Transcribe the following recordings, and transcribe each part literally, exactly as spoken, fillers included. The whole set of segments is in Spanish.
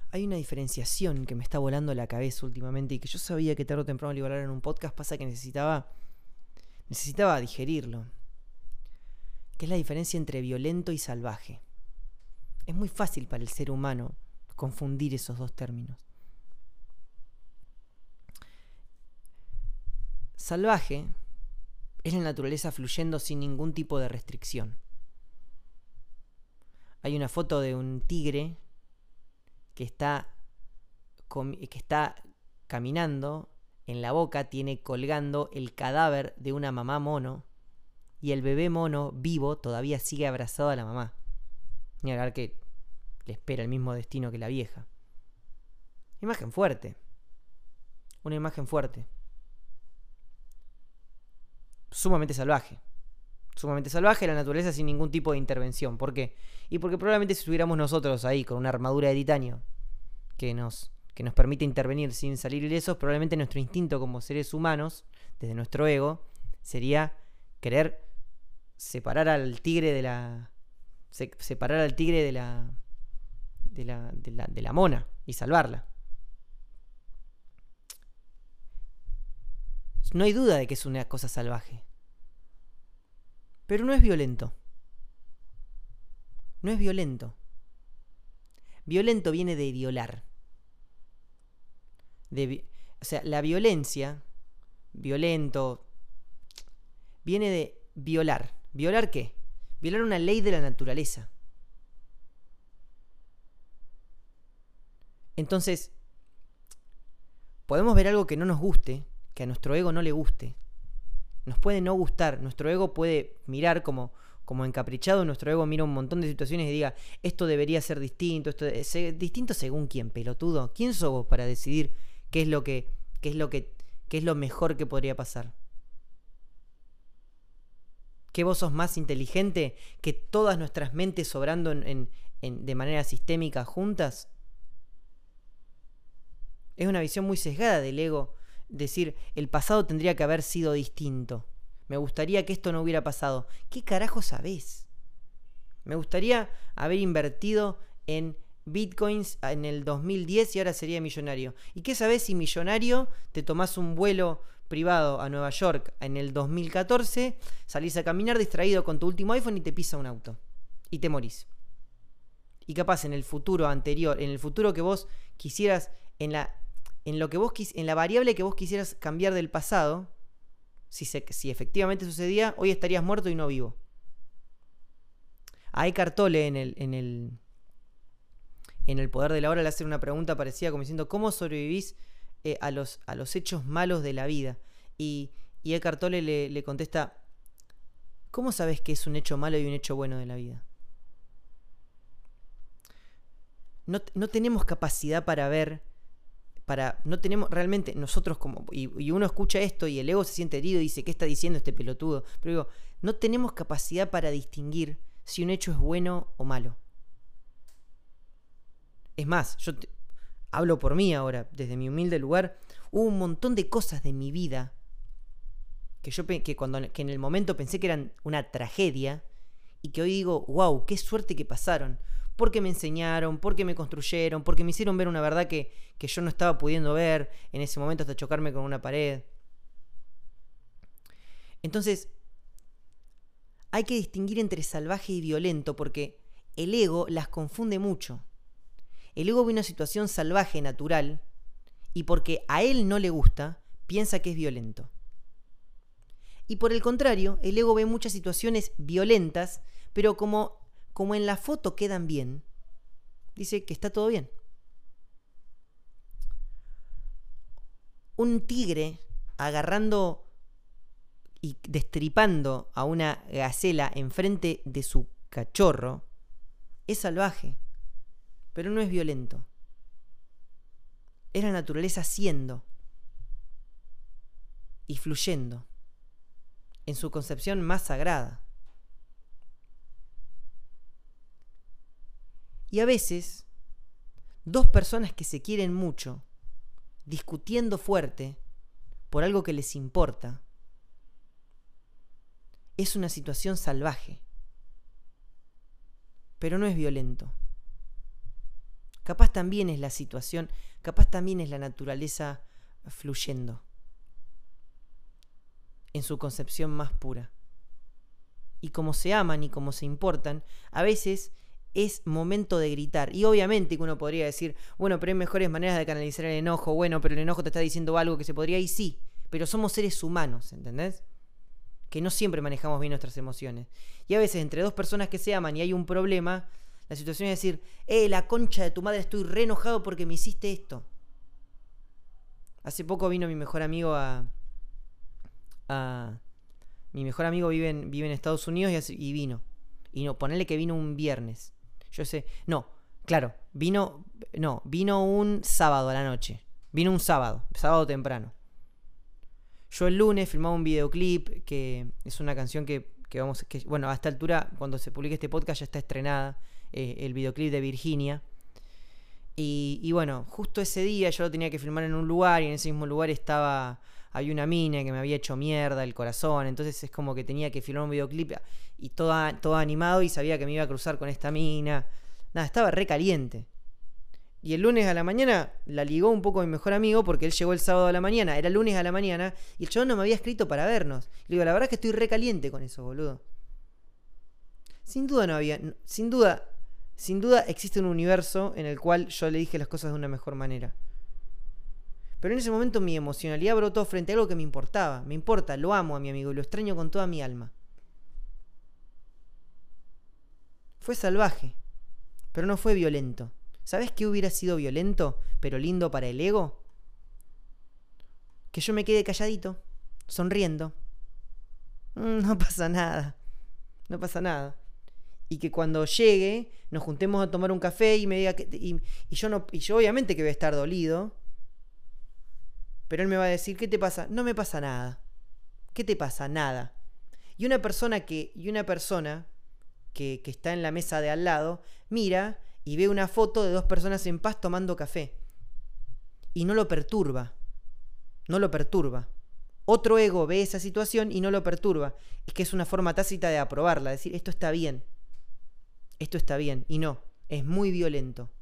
hay una diferenciación que me está volando la cabeza últimamente y que yo sabía que tarde o temprano lo iba a hablar en un podcast. Pasa que necesitaba, necesitaba digerirlo. Que es la diferencia entre violento y salvaje. Es muy fácil para el ser humano confundir esos dos términos. Salvaje es la naturaleza fluyendo sin ningún tipo de restricción. Hay una foto de un tigre que está, que está caminando. En la boca tiene colgando el cadáver de una mamá mono. Y el bebé mono vivo todavía sigue abrazado a la mamá. Ni hablar que le espera el mismo destino que la vieja. Imagen fuerte. Una imagen fuerte. Sumamente salvaje. Sumamente salvaje la naturaleza sin ningún tipo de intervención. ¿Por qué? Y porque probablemente si estuviéramos nosotros ahí con una armadura de titanio que nos, que nos permite intervenir sin salir ilesos, probablemente nuestro instinto como seres humanos, desde nuestro ego, sería querer separar al tigre de la... Se, separar al tigre de la, de la, de la de la mona y salvarla. No hay duda de que es una cosa salvaje. Pero no es violento. No es violento. Violento viene de violar. De, o sea, la violencia, violento, viene de violar. ¿Violar qué? Violar una ley de la naturaleza. Entonces, podemos ver algo que no nos guste, que a nuestro ego no le guste. Nos puede no gustar. Nuestro ego puede mirar como, como encaprichado. Nuestro ego mira un montón de situaciones y diga, esto debería ser distinto. Esto es distinto según quién, pelotudo. ¿Quién sos vos para decidir qué es lo que, qué es lo que, qué es lo mejor que podría pasar? ¿Que vos sos más inteligente que todas nuestras mentes obrando en, en, en, de manera sistémica juntas? Es una visión muy sesgada del ego. Decir, el pasado tendría que haber sido distinto. Me gustaría que esto no hubiera pasado. ¿Qué carajo sabés? Me gustaría haber invertido en bitcoins en el dos mil diez y ahora sería millonario. ¿Y qué sabés si millonario te tomás un vuelo privado a Nueva York en el dos mil catorce, salís a caminar distraído con tu último iPhone y te pisa un auto? Y te morís. Y capaz en el futuro anterior, en el futuro que vos quisieras, en la... En, lo que vos quis, en la variable que vos quisieras cambiar del pasado, si, se, si efectivamente sucedía, hoy estarías muerto y no vivo. A Eckhart Tolle en el, en el, en el Poder de la Hora le hace una pregunta parecida como diciendo, ¿cómo sobrevivís eh, a, los, a los hechos malos de la vida? Y, y Eckhart Tolle le, le contesta, ¿cómo sabés que es un hecho malo y un hecho bueno de la vida? No, no tenemos capacidad para ver... Para, no tenemos realmente nosotros como y, y uno escucha esto y el ego se siente herido y dice, ¿qué está diciendo este pelotudo? Pero digo, no tenemos capacidad para distinguir si un hecho es bueno o malo. Es más, yo te, hablo por mí ahora, desde mi humilde lugar. Hubo un montón de cosas de mi vida que yo que cuando que en el momento pensé que eran una tragedia y que hoy digo, wow, qué suerte que pasaron. Porque me enseñaron, porque me construyeron, porque me hicieron ver una verdad que, que yo no estaba pudiendo ver en ese momento hasta chocarme con una pared. Entonces, hay que distinguir entre salvaje y violento porque el ego las confunde mucho. El ego ve una situación salvaje, natural, y porque a él no le gusta, piensa que es violento. Y por el contrario, el ego ve muchas situaciones violentas, pero como... como en la foto quedan bien, dice que está todo bien. Un tigre agarrando y destripando a una gacela enfrente de su cachorro es salvaje, pero no es violento. Es la naturaleza siendo y fluyendo en su concepción más sagrada. Y a veces, dos personas que se quieren mucho, discutiendo fuerte por algo que les importa, es una situación salvaje, pero no es violento. Capaz también es la situación, capaz también es la naturaleza fluyendo en su concepción más pura. Y como se aman y como se importan, a veces es momento de gritar. Y obviamente que uno podría decir, bueno, pero hay mejores maneras de canalizar el enojo. Bueno, pero el enojo te está diciendo algo que se podría, y sí, pero somos seres humanos, ¿entendés? Que no siempre manejamos bien nuestras emociones. Y a veces entre dos personas que se aman y hay un problema, la situación es decir, eh, la concha de tu madre, estoy re enojado porque me hiciste esto. Hace poco vino mi mejor amigo a... a mi mejor amigo vive en, vive en Estados Unidos y, hace, y vino. Y no, ponele que vino un viernes. Yo sé, no, claro, vino, no, vino un sábado a la noche. Vino un sábado, sábado temprano. Yo el lunes filmaba un videoclip, que es una canción que, que vamos, que, bueno, a esta altura, cuando se publique este podcast ya está estrenada, eh, el videoclip de Virginia. Y, y bueno, justo ese día yo lo tenía que filmar en un lugar y en ese mismo lugar estaba... Había una mina que me había hecho mierda el corazón, entonces es como que tenía que filmar un videoclip y todo, todo animado y sabía que me iba a cruzar con esta mina. Nada, estaba re caliente. Y el lunes a la mañana la ligó un poco mi mejor amigo porque él llegó el sábado a la mañana, era el lunes a la mañana y el chabón no me había escrito para vernos. Le digo, la verdad es que estoy re caliente con eso, boludo. Sin duda no había, sin duda, sin duda existe un universo en el cual yo le dije las cosas de una mejor manera. Pero en ese momento mi emocionalidad brotó frente a algo que me importaba. Me importa, lo amo a mi amigo y lo extraño con toda mi alma. Fue salvaje, pero no fue violento. ¿Sabes qué hubiera sido violento, pero lindo para el ego? Que yo me quede calladito, sonriendo. No pasa nada, no pasa nada. Y que cuando llegue nos juntemos a tomar un café y me diga que... Y, y, yo, no, y yo obviamente que voy a estar dolido. Pero él me va a decir, ¿qué te pasa? No me pasa nada. ¿Qué te pasa? Nada. Y una persona que, y una persona que, que está en la mesa de al lado, mira y ve una foto de dos personas en paz tomando café. Y no lo perturba. No lo perturba. Otro ego ve esa situación y no lo perturba. Es que es una forma tácita de aprobarla, decir, esto está bien. Esto está bien. Y no, es muy violento.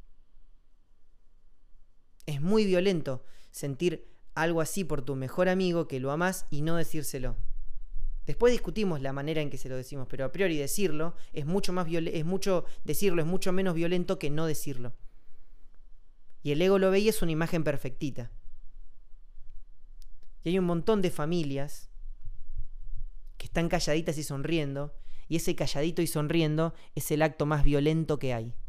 Es muy violento sentir algo así por tu mejor amigo que lo amás y no decírselo. Después discutimos la manera en que se lo decimos, pero a priori decirlo es mucho más viol- es mucho decirlo es mucho menos violento que no decirlo. Y el ego lo ve y es una imagen perfectita. Y hay un montón de familias que están calladitas y sonriendo, y ese calladito y sonriendo es el acto más violento que hay.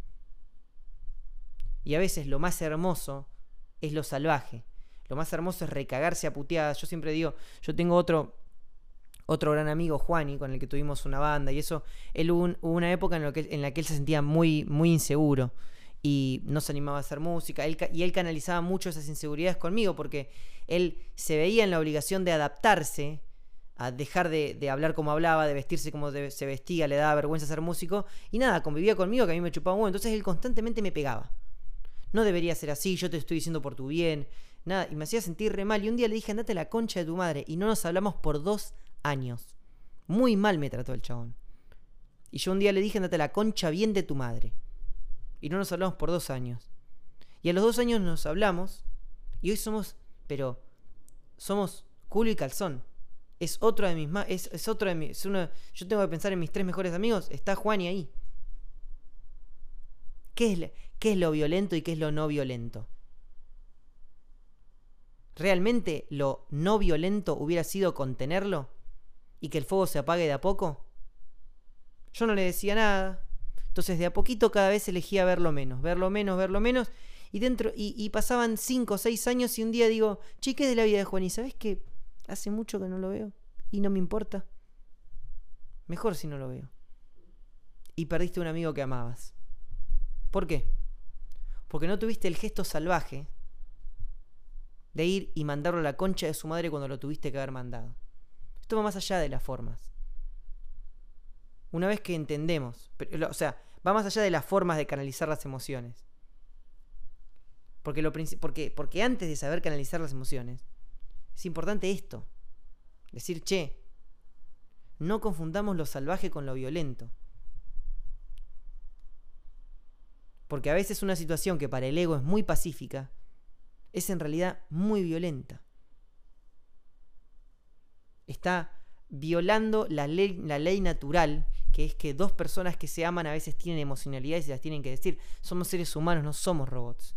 Y a veces lo más hermoso es lo salvaje. Lo más hermoso es recagarse a puteadas. Yo siempre digo, yo tengo otro, otro gran amigo, Juani, con el que tuvimos una banda, y eso, él hubo, un, hubo una época en, lo que, en la que él se sentía muy, muy inseguro y no se animaba a hacer música, él, y él canalizaba mucho esas inseguridades conmigo porque él se veía en la obligación de adaptarse, a dejar de, de hablar como hablaba, de vestirse como de, se vestía, le daba vergüenza ser músico, y nada, convivía conmigo que a mí me chupaba un huevo, entonces él constantemente me pegaba. No debería ser así, yo te estoy diciendo por tu bien, nada, y me hacía sentir re mal, y un día le dije, andate a la concha de tu madre, y no nos hablamos por dos años. Muy mal me trató el chabón. Y yo un día le dije, andate a la concha bien de tu madre. Y no nos hablamos por dos años. Y a los dos años nos hablamos, y hoy somos, pero, somos culo y calzón. Es otro de mis, es, es otro de mis, es uno, yo tengo que pensar en mis tres mejores amigos, está Juani ahí. ¿Qué es, ¿Qué es lo violento y qué es lo no violento? ¿Realmente lo no violento hubiera sido contenerlo y que el fuego se apague de a poco? Yo no le decía nada. Entonces de a poquito cada vez elegía verlo menos, verlo menos, verlo menos. Y dentro y, y pasaban cinco o seis años y un día digo, che, ¿qué es de la vida de Juan? ¿Y sabes qué? Hace mucho que no lo veo y no me importa. Mejor si no lo veo. Y perdiste un amigo que amabas. ¿Por qué? Porque no tuviste el gesto salvaje de ir y mandarlo a la concha de su madre cuando lo tuviste que haber mandado. Esto va más allá de las formas. Una vez que entendemos, o sea, va más allá de las formas de canalizar las emociones. Porque, lo, porque, porque antes de saber canalizar las emociones, es importante esto. Decir, che, no confundamos lo salvaje con lo violento. Porque a veces una situación que para el ego es muy pacífica, es en realidad muy violenta. Está violando la ley, la ley natural, que es que dos personas que se aman a veces tienen emocionalidades y se las tienen que decir. Somos seres humanos, no somos robots.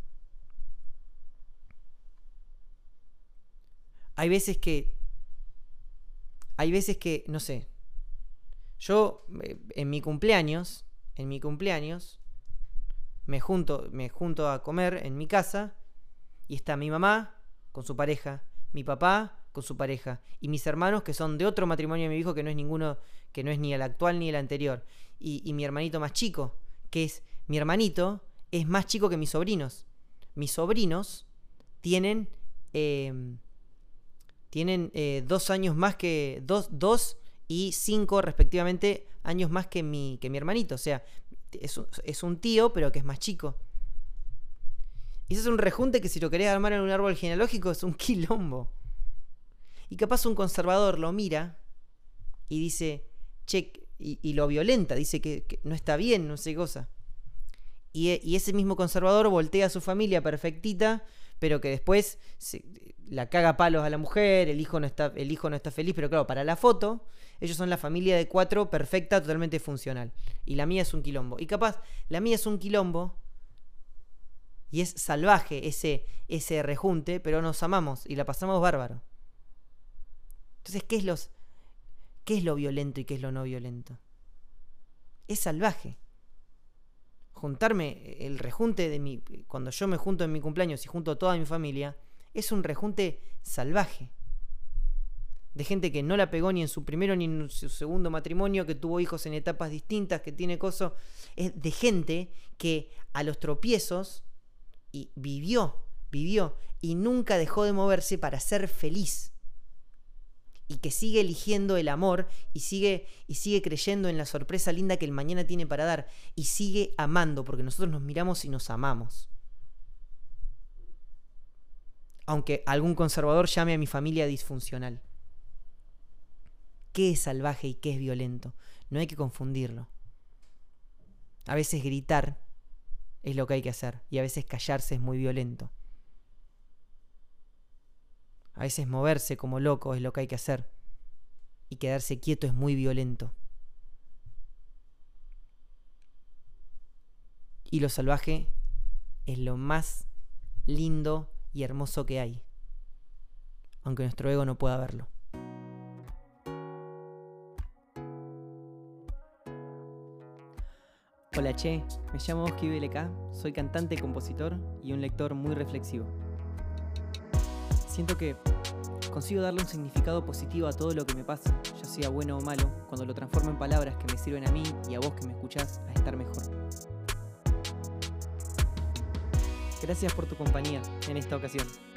Hay veces que, hay veces que, no sé, yo en mi cumpleaños, en mi cumpleaños, me junto, me junto a comer en mi casa y está mi mamá con su pareja, mi papá con su pareja y mis hermanos que son de otro matrimonio de mi hijo que no es ninguno, que no es ni el actual ni el anterior, y, y mi hermanito más chico, que es mi hermanito es más chico que mis sobrinos. Mis sobrinos tienen eh, tienen eh, dos años más que dos, dos y cinco respectivamente años más que mi, que mi hermanito, o sea, es un, es un tío pero que es más chico. Y ese es un rejunte que si lo querés armar en un árbol genealógico es un quilombo. Y capaz un conservador lo mira y dice, che, y, y lo violenta, dice que, que no está bien, no sé qué cosa. Y, y ese mismo conservador voltea a su familia perfectita, pero que después se, la caga a palos a la mujer, el hijo, no está, el hijo no está feliz, pero claro, para la foto, ellos son la familia de cuatro perfecta, totalmente funcional. Y la mía es un quilombo. Y capaz, la mía es un quilombo y es salvaje ese, ese rejunte, pero nos amamos y la pasamos bárbaro. Entonces, ¿qué es, los, ¿qué es lo violento y qué es lo no violento? Es salvaje. Juntarme, el rejunte de mi... Cuando yo me junto en mi cumpleaños y junto a toda mi familia, es un rejunte salvaje. De gente que no la pegó ni en su primero ni en su segundo matrimonio, que tuvo hijos en etapas distintas, que tiene cosas... Es de gente que a los tropiezos y vivió, vivió y nunca dejó de moverse para ser feliz. Y que sigue eligiendo el amor y sigue, y sigue creyendo en la sorpresa linda que el mañana tiene para dar. Y sigue amando, porque nosotros nos miramos y nos amamos. Aunque algún conservador llame a mi familia disfuncional. ¿Qué es salvaje y qué es violento? No hay que confundirlo. A veces gritar es lo que hay que hacer. Y a veces callarse es muy violento. A veces moverse como loco es lo que hay que hacer. Y quedarse quieto es muy violento. Y lo salvaje es lo más lindo y hermoso que hay. Aunque nuestro ego no pueda verlo. Hola che, me llamo Oski B L K, soy cantante, compositor y un lector muy reflexivo. Siento que consigo darle un significado positivo a todo lo que me pasa, ya sea bueno o malo, cuando lo transformo en palabras que me sirven a mí y a vos que me escuchás a estar mejor. Gracias por tu compañía en esta ocasión.